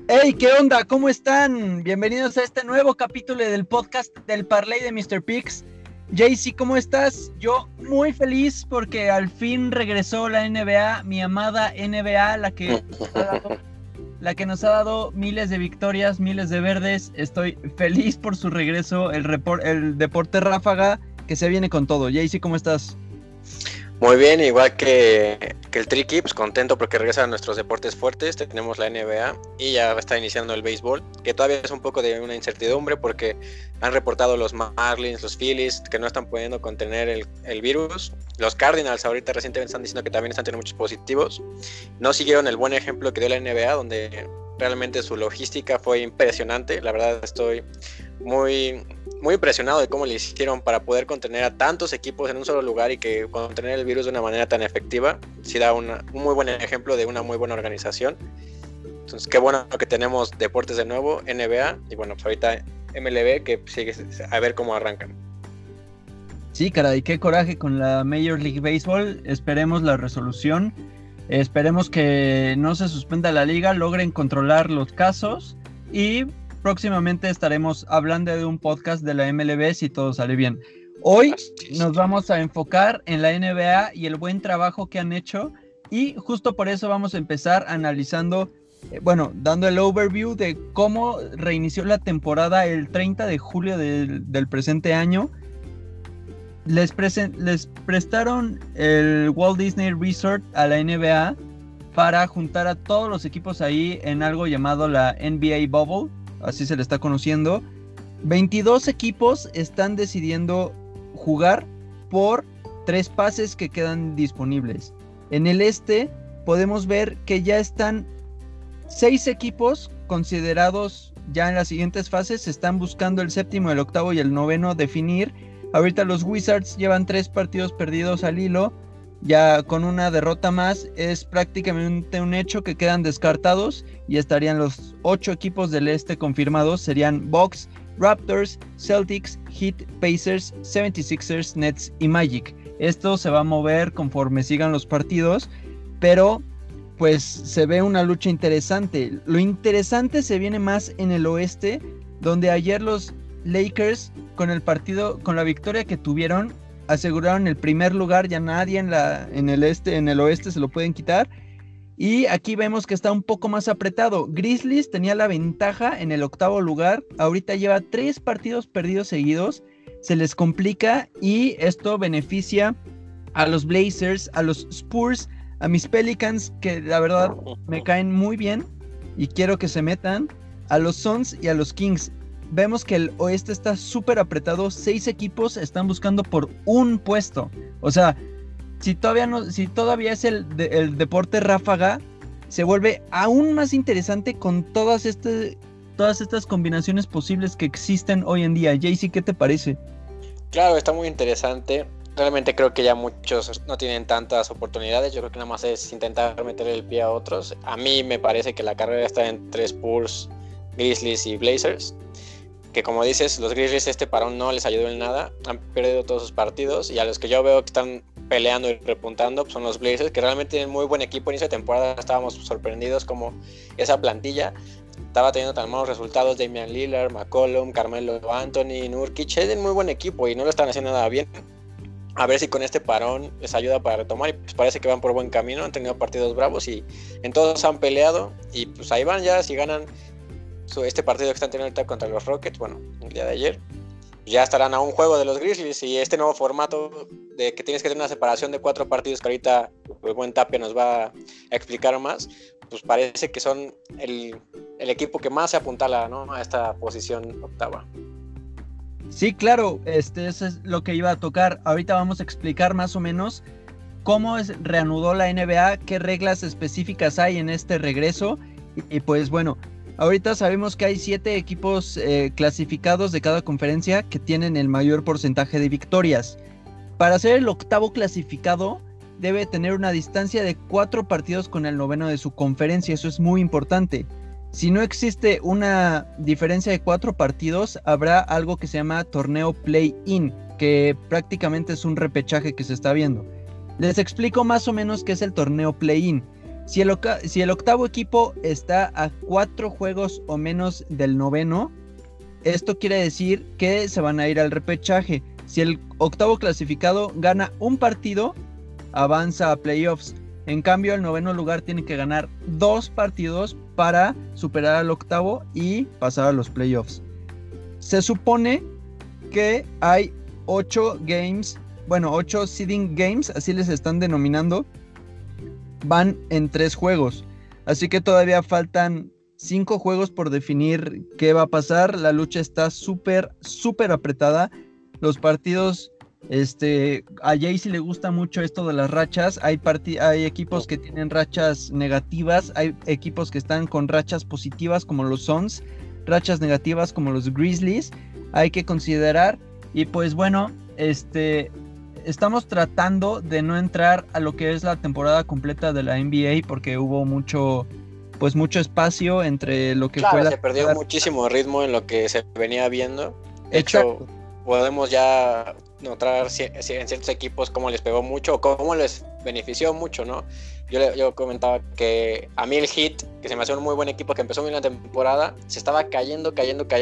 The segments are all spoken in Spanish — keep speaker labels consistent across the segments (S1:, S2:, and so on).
S1: Hey, ¿qué onda? ¿Cómo están? Bienvenidos a este nuevo capítulo del podcast del Parlay de Mr. Picks. JC, ¿cómo estás? Yo muy feliz porque al fin regresó la NBA, mi amada NBA, la que nos ha dado miles de victorias, miles de verdes. Estoy feliz por su regreso, el deporte ráfaga que se viene con todo. JC, ¿cómo estás?
S2: Muy bien, igual que el Tricky, pues contento porque regresan nuestros deportes fuertes. Tenemos la NBA y ya está iniciando el béisbol, que todavía es un poco de una incertidumbre porque han reportado los Marlins, los Phillies, que no están pudiendo contener el virus. Los Cardinals ahorita recientemente están diciendo que también están teniendo muchos positivos. No siguieron el buen ejemplo que dio la NBA, donde realmente su logística fue impresionante. La verdad estoy muy impresionado de cómo le hicieron para poder contener a tantos equipos en un solo lugar y que contener el virus de una manera tan efectiva. Sí da un muy buen ejemplo de una muy buena organización. Entonces qué bueno que tenemos deportes de nuevo, NBA y bueno, pues ahorita MLB, que sigue a ver cómo arrancan.
S1: Sí, caray, qué coraje con la Major League Baseball. Esperemos la resolución. Esperemos que no se suspenda la liga, logren controlar los casos y próximamente estaremos hablando de un podcast de la MLB si todo sale bien. Hoy nos vamos a enfocar en la NBA y el buen trabajo que han hecho y justo por eso vamos a empezar analizando, dando el overview de cómo reinició la temporada el 30 de julio del presente año. Les prestaron el Walt Disney Resort a la NBA para juntar a todos los equipos ahí en algo llamado la NBA Bubble, así se le está conociendo. 22 equipos están decidiendo jugar por 3 pases que quedan disponibles. En el este podemos ver que ya están 6 equipos considerados ya en las siguientes fases. Están buscando el séptimo, el octavo y el noveno definir. Ahorita los Wizards llevan 3 partidos perdidos al hilo. Ya con una derrota más es prácticamente un hecho que quedan descartados y estarían los 8 equipos del este confirmados. Serían Bucks, Raptors, Celtics, Heat, Pacers, 76ers, Nets y Magic. Esto se va a mover conforme sigan los partidos, pero pues se ve una lucha interesante. Lo interesante se viene más en el oeste, donde ayer los Lakers con la victoria que tuvieron aseguraron el primer lugar. Ya nadie en el oeste se lo pueden quitar. Y aquí vemos que está un poco más apretado. Grizzlies tenía la ventaja en el octavo lugar. Ahorita lleva 3 partidos perdidos seguidos. Se les complica y esto beneficia a los Blazers, a los Spurs, a mis Pelicans, que la verdad me caen muy bien y quiero que se metan, a los Suns y a los Kings. Vemos que el oeste está súper apretado. 6 equipos están buscando por un puesto. O sea, si todavía es el deporte ráfaga, se vuelve aún más interesante con todas estas combinaciones posibles que existen hoy en día. JC, ¿qué te parece?
S2: Claro, está muy interesante. Realmente creo que ya muchos no tienen tantas oportunidades. Yo creo que nada más es intentar meterle el pie a otros. A mí me parece que la carrera está entre Spurs, Grizzlies y Blazers. Que como dices, los Grizzlies este parón no les ayudó en nada, han perdido todos sus partidos y a los que yo veo que están peleando y repuntando pues son los Blazers, que realmente tienen muy buen equipo. En esa temporada estábamos sorprendidos como esa plantilla estaba teniendo tan malos resultados. Damian Lillard, McCollum, Carmelo Anthony, Nurkic, tienen muy buen equipo y no lo están haciendo nada bien. A ver si con este parón les ayuda para retomar y pues parece que van por buen camino, han tenido partidos bravos y en todos han peleado y pues ahí van ya. Si ganan este partido que están teniendo ahorita contra los Rockets, bueno, el día de ayer, ya estarán a un juego de los Grizzlies. Y este nuevo formato de que tienes que tener una separación de 4 partidos, que ahorita el buen Tapia nos va a explicar más, pues parece que son el equipo que más se apuntala, ¿no?, a esta posición octava.
S1: Sí, claro, eso es lo que iba a tocar. Ahorita vamos a explicar más o menos cómo reanudó la NBA, qué reglas específicas hay en este regreso. Y pues bueno, ahorita sabemos que hay 7 equipos clasificados de cada conferencia que tienen el mayor porcentaje de victorias. Para ser el octavo clasificado debe tener una distancia de 4 partidos con el noveno de su conferencia. Eso es muy importante. Si no existe una diferencia de 4 partidos, habrá algo que se llama torneo play-in, que prácticamente es un repechaje que se está viendo. Les explico más o menos qué es el torneo play-in. Si el octavo equipo está a 4 juegos o menos del noveno, esto quiere decir que se van a ir al repechaje. Si el octavo clasificado gana un partido, avanza a playoffs. En cambio, el noveno lugar tiene que ganar 2 partidos para superar al octavo y pasar a los playoffs. Se supone que hay 8 seeding games, así les están denominando. Van en 3 juegos. Así que todavía faltan 5 juegos por definir qué va a pasar. La lucha está súper apretada. Los partidos, a Jaycee le gusta mucho esto de las rachas. Hay equipos que tienen rachas negativas. Hay equipos que están con rachas positivas como los Suns. Rachas negativas como los Grizzlies. Hay que considerar. Y pues bueno, estamos tratando de no entrar a lo que es la temporada completa de la NBA porque hubo mucho espacio entre lo que fue
S2: se perdió muchísimo ritmo en lo que se venía viendo. De hecho, podemos ya notar en ciertos equipos cómo les pegó mucho o cómo les benefició mucho, ¿no? Yo comentaba que a mí el Heat, que se me hacía un muy buen equipo que empezó muy bien la temporada, se estaba cayendo,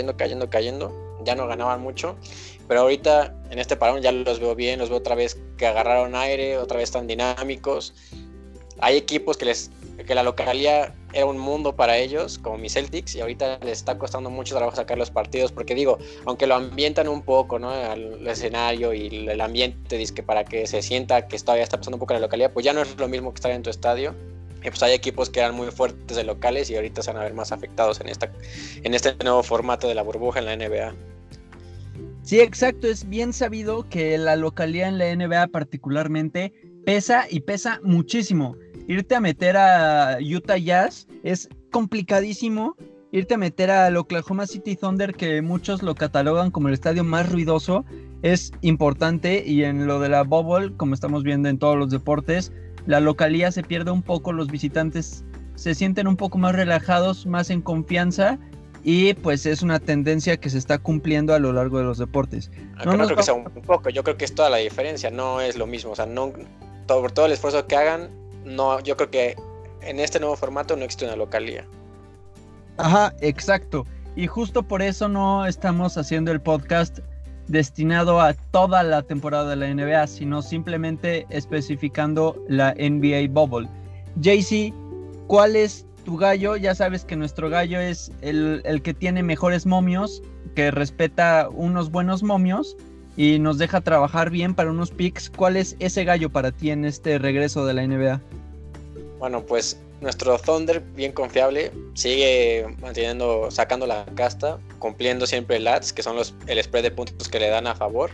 S2: ya no ganaban mucho, pero ahorita en este parón ya los veo bien, los veo otra vez que agarraron aire, otra vez están dinámicos. Hay equipos que la localía era un mundo para ellos, como mis Celtics, y ahorita les está costando mucho trabajo sacar los partidos, porque digo, aunque lo ambientan un poco, ¿no? El escenario y el ambiente, dice que para que se sienta que todavía está pasando un poco en la localidad, pues ya no es lo mismo que estar en tu estadio. Y pues hay equipos que eran muy fuertes de locales y ahorita se van a ver más afectados en este nuevo formato de la burbuja en la NBA.
S1: Sí, exacto, es bien sabido que la localidad en la NBA particularmente pesa muchísimo. Irte a meter a Utah Jazz es complicadísimo. Irte a meter al Oklahoma City Thunder, que muchos lo catalogan como el estadio más ruidoso, es importante. Y en lo de la bubble, como estamos viendo en todos los deportes, la localía se pierde un poco, los visitantes se sienten un poco más relajados, más en confianza. Y pues es una tendencia que se está cumpliendo a lo largo de los deportes.
S2: No creo que sea un poco, yo creo que es toda la diferencia, no es lo mismo. O sea, no, por todo el esfuerzo que hagan, no, yo creo que en este nuevo formato no existe una localía.
S1: Ajá, exacto. Y justo por eso no estamos haciendo el podcast destinado a toda la temporada de la NBA, sino simplemente especificando la NBA Bubble. Jaycee, ¿cuál es tu gallo? Ya sabes que nuestro gallo es el que tiene mejores momios, que respeta unos buenos momios y nos deja trabajar bien para unos picks. ¿Cuál es ese gallo para ti en este regreso de la NBA?
S2: Bueno, pues nuestro Thunder, bien confiable, sigue sacando la casta, cumpliendo siempre el ADS, que son el spread de puntos que le dan a favor.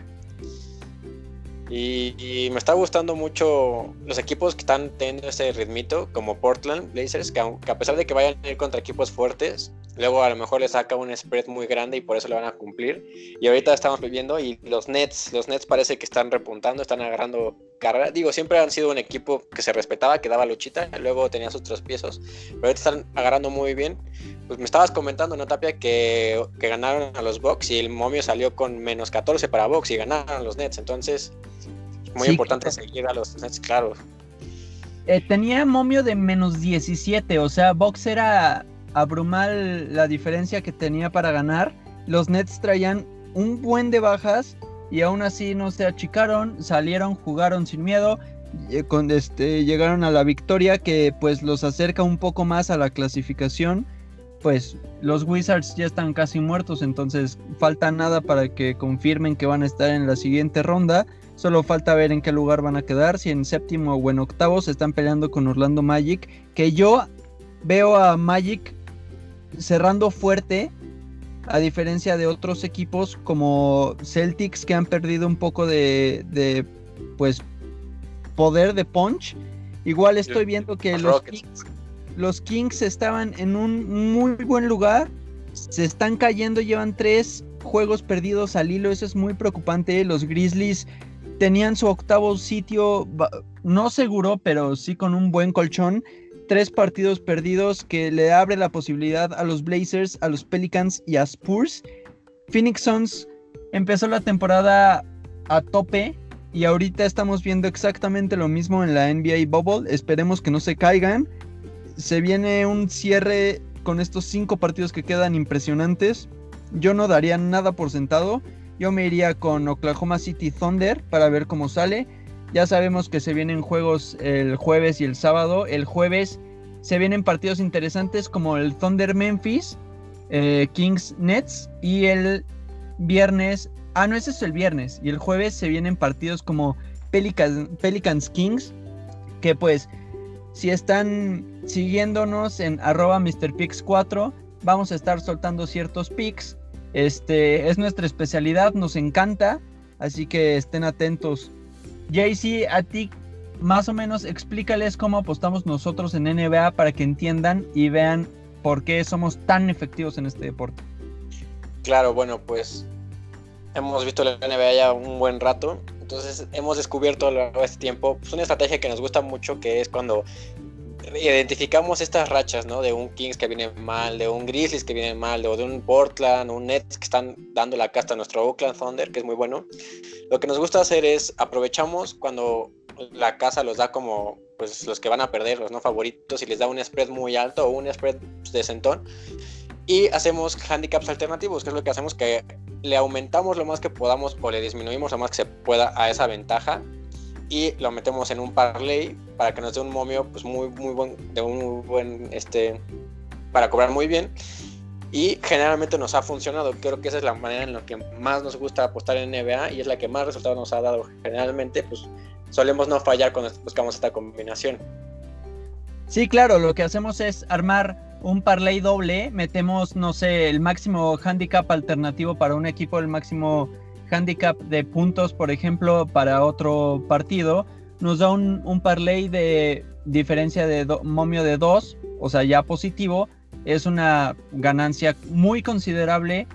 S2: Y me está gustando mucho los equipos que están teniendo ese ritmito, como Portland Blazers, que a pesar de que vayan a ir contra equipos fuertes, luego a lo mejor les saca un spread muy grande y por eso le van a cumplir. Y ahorita estamos viendo, y los Nets parece que están repuntando, están agarrando carrera. Digo, siempre han sido un equipo que se respetaba, que daba luchita, luego tenía sus tropiezos, pero ahorita están agarrando muy bien. Pues me estabas comentando, ¿no, Tapia? Que ganaron a los Bucks y el momio salió con menos 14 para Bucks y ganaron a los Nets, entonces muy importante seguir a los Nets, claro.
S1: Tenía momio de menos 17, o sea, Bucks era abrumal la diferencia que tenía para ganar. Los Nets traían un buen de bajas y aún así no se achicaron, salieron, jugaron sin miedo, llegaron a la victoria que pues los acerca un poco más a la clasificación. Pues los Wizards ya están casi muertos, entonces falta nada para que confirmen que van a estar en la siguiente ronda. Solo falta ver en qué lugar van a quedar, si en séptimo o en octavo. Se están peleando con Orlando Magic, que yo veo a Magic cerrando fuerte, a diferencia de otros equipos como Celtics, que han perdido un poco de pues poder de punch. Igual estoy viendo que los Kings estaban en un muy buen lugar, se están cayendo, llevan 3 juegos perdidos al hilo, eso es muy preocupante. Los Grizzlies tenían su octavo sitio, no seguro, pero sí con un buen colchón. 3 partidos perdidos que le abre la posibilidad a los Blazers, a los Pelicans y a Spurs. Phoenix Suns empezó la temporada a tope y ahorita estamos viendo exactamente lo mismo en la NBA Bubble. Esperemos que no se caigan. se viene un cierre con estos 5 partidos que quedan impresionantes. Yo no daría nada por sentado. Yo me iría con Oklahoma City Thunder para ver cómo sale. Ya sabemos que se vienen juegos el jueves y el sábado. El jueves se vienen partidos interesantes como el Thunder Memphis, Kings Nets, y el viernes... no, ese es el viernes. Y el jueves se vienen partidos como Pelicans Kings, que pues si están siguiéndonos en @MrPicks4, vamos a estar soltando ciertos picks. Es nuestra especialidad, nos encanta, así que estén atentos. JC, a ti más o menos explícales cómo apostamos nosotros en NBA para que entiendan y vean por qué somos tan efectivos en este deporte.
S2: Claro, bueno, pues hemos visto la NBA ya un buen rato, entonces hemos descubierto a lo largo de este tiempo pues, una estrategia que nos gusta mucho, que es cuando identificamos estas rachas, ¿no? De un Kings que viene mal, de un Grizzlies que viene mal, o de un Portland, un Nets que están dando la casta a nuestro Oakland Thunder, que es muy bueno. Lo que nos gusta hacer es aprovechamos cuando la casa los da como pues los que van a perder, los no favoritos, y les da un spread muy alto o un spread decentón, y hacemos handicaps alternativos, que es lo que hacemos, que le aumentamos lo más que podamos o le disminuimos lo más que se pueda a esa ventaja, y lo metemos en un parlay para que nos dé un momio pues muy buen, de un buen para cobrar muy bien, y generalmente nos ha funcionado. Creo que esa es la manera en la que más nos gusta apostar en NBA y es la que más resultados nos ha dado. Generalmente pues solemos no fallar cuando buscamos esta combinación.
S1: Sí, claro, lo que hacemos es armar un parlay doble, metemos, no sé, el máximo handicap alternativo para un equipo, el máximo handicap de puntos, por ejemplo, para otro partido, nos da un parlay de diferencia de momio de 2, o sea, ya positivo. Es una ganancia muy considerable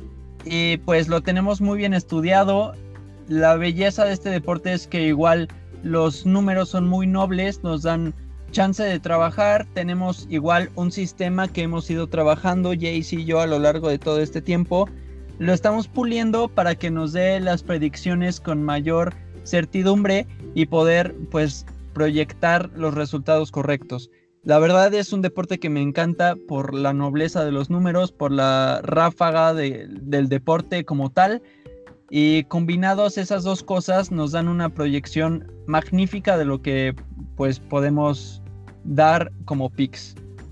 S1: y pues lo tenemos muy bien estudiado. La belleza de este deporte es que igual los números son muy nobles, nos dan chance de trabajar. Tenemos igual un sistema que hemos ido trabajando, Jace y yo, a lo largo de todo este tiempo. Lo estamos puliendo para que nos dé las predicciones con mayor certidumbre y poder pues proyectar los resultados correctos. La verdad es un deporte que me encanta por la nobleza de los números, por la ráfaga del deporte como tal, y combinados esas dos cosas nos dan una proyección magnífica de lo que pues podemos dar como picks.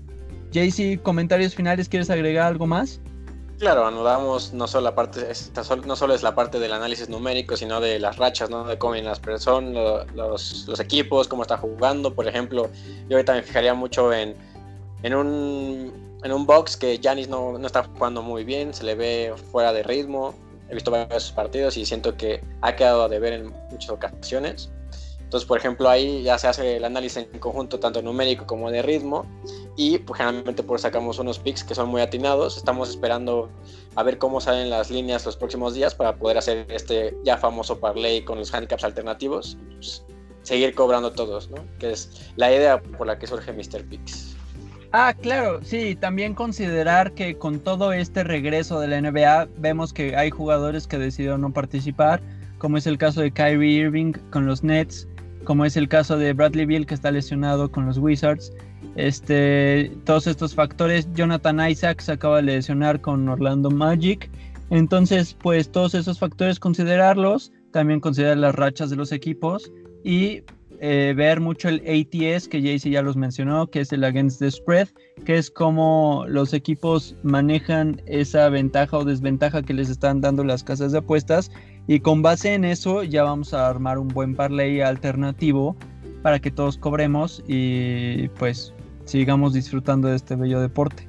S1: JC, comentarios finales, ¿quieres agregar algo más?
S2: Claro, anudamos no solo es la parte del análisis numérico, sino de las rachas, ¿no? De cómo vienen las personas, los equipos, cómo están jugando. Por ejemplo, yo ahorita me fijaría mucho en un box que Giannis no está jugando muy bien, se le ve fuera de ritmo. He visto varios partidos y siento que ha quedado a deber en muchas ocasiones. Entonces, por ejemplo, ahí ya se hace el análisis en conjunto, tanto numérico como de ritmo, y pues generalmente por sacamos unos picks que son muy atinados. Estamos esperando a ver cómo salen las líneas los próximos días para poder hacer este ya famoso parlay con los handicaps alternativos, pues, seguir cobrando todos, ¿no? Que es la idea por la que surge Mr. Picks.
S1: Claro, sí, también considerar que con todo este regreso de la NBA vemos que hay jugadores que decidieron no participar, como es el caso de Kyrie Irving con los Nets, como es el caso de Bradley Beal que está lesionado con los Wizards. Todos estos factores, Jonathan Isaac se acaba de lesionar con Orlando Magic. Entonces, pues todos esos factores considerarlos, también considerar las rachas de los equipos y ver mucho el ATS, que Jaycee ya los mencionó, que es el Against the Spread, que es como los equipos manejan esa ventaja o desventaja que les están dando las casas de apuestas, y con base en eso ya vamos a armar un buen parlay alternativo para que todos cobremos y pues sigamos disfrutando de este bello deporte.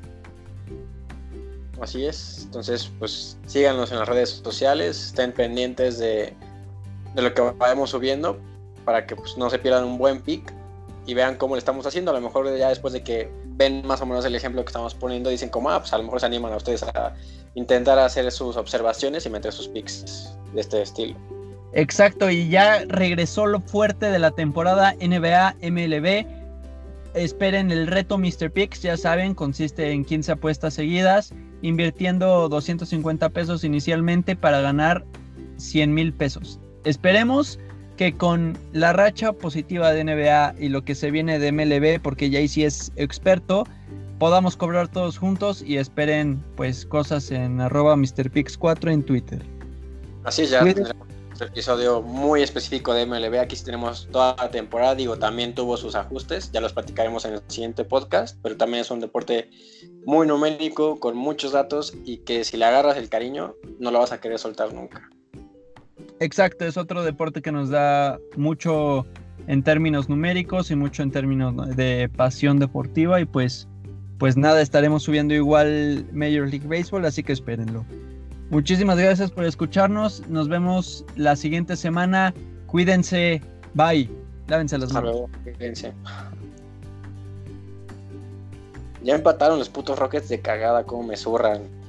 S2: Así es, entonces pues síganos en las redes sociales, estén pendientes de lo que vayamos subiendo para que pues no se pierdan un buen pick y vean cómo le estamos haciendo. A lo mejor ya después de que ven más o menos el ejemplo que estamos poniendo, dicen como, pues a lo mejor se animan a ustedes a intentar hacer sus observaciones y meter sus picks de este estilo.
S1: Exacto, y ya regresó lo fuerte de la temporada NBA MLB. Esperen el reto Mr. Picks, ya saben, consiste en 15 apuestas seguidas, invirtiendo 250 pesos inicialmente para ganar 100,000 pesos. Esperemos que con la racha positiva de NBA y lo que se viene de MLB, porque ya ahí sí es experto, podamos cobrar todos juntos y esperen pues cosas en @MrPix4 en Twitter.
S2: Así es, ya tendremos un episodio muy específico de MLB. Aquí sí tenemos toda la temporada, digo, también tuvo sus ajustes, ya los platicaremos en el siguiente podcast, pero también es un deporte muy numérico, con muchos datos y que si le agarras el cariño, no lo vas a querer soltar nunca.
S1: Exacto, es otro deporte que nos da mucho en términos numéricos y mucho en términos de pasión deportiva y pues nada, estaremos subiendo igual Major League Baseball, así que espérenlo. Muchísimas gracias por escucharnos, nos vemos la siguiente semana, cuídense, bye, lávense las manos.
S2: Hasta luego, cuídense. Ya empataron los putos Rockets de cagada, como me zurran.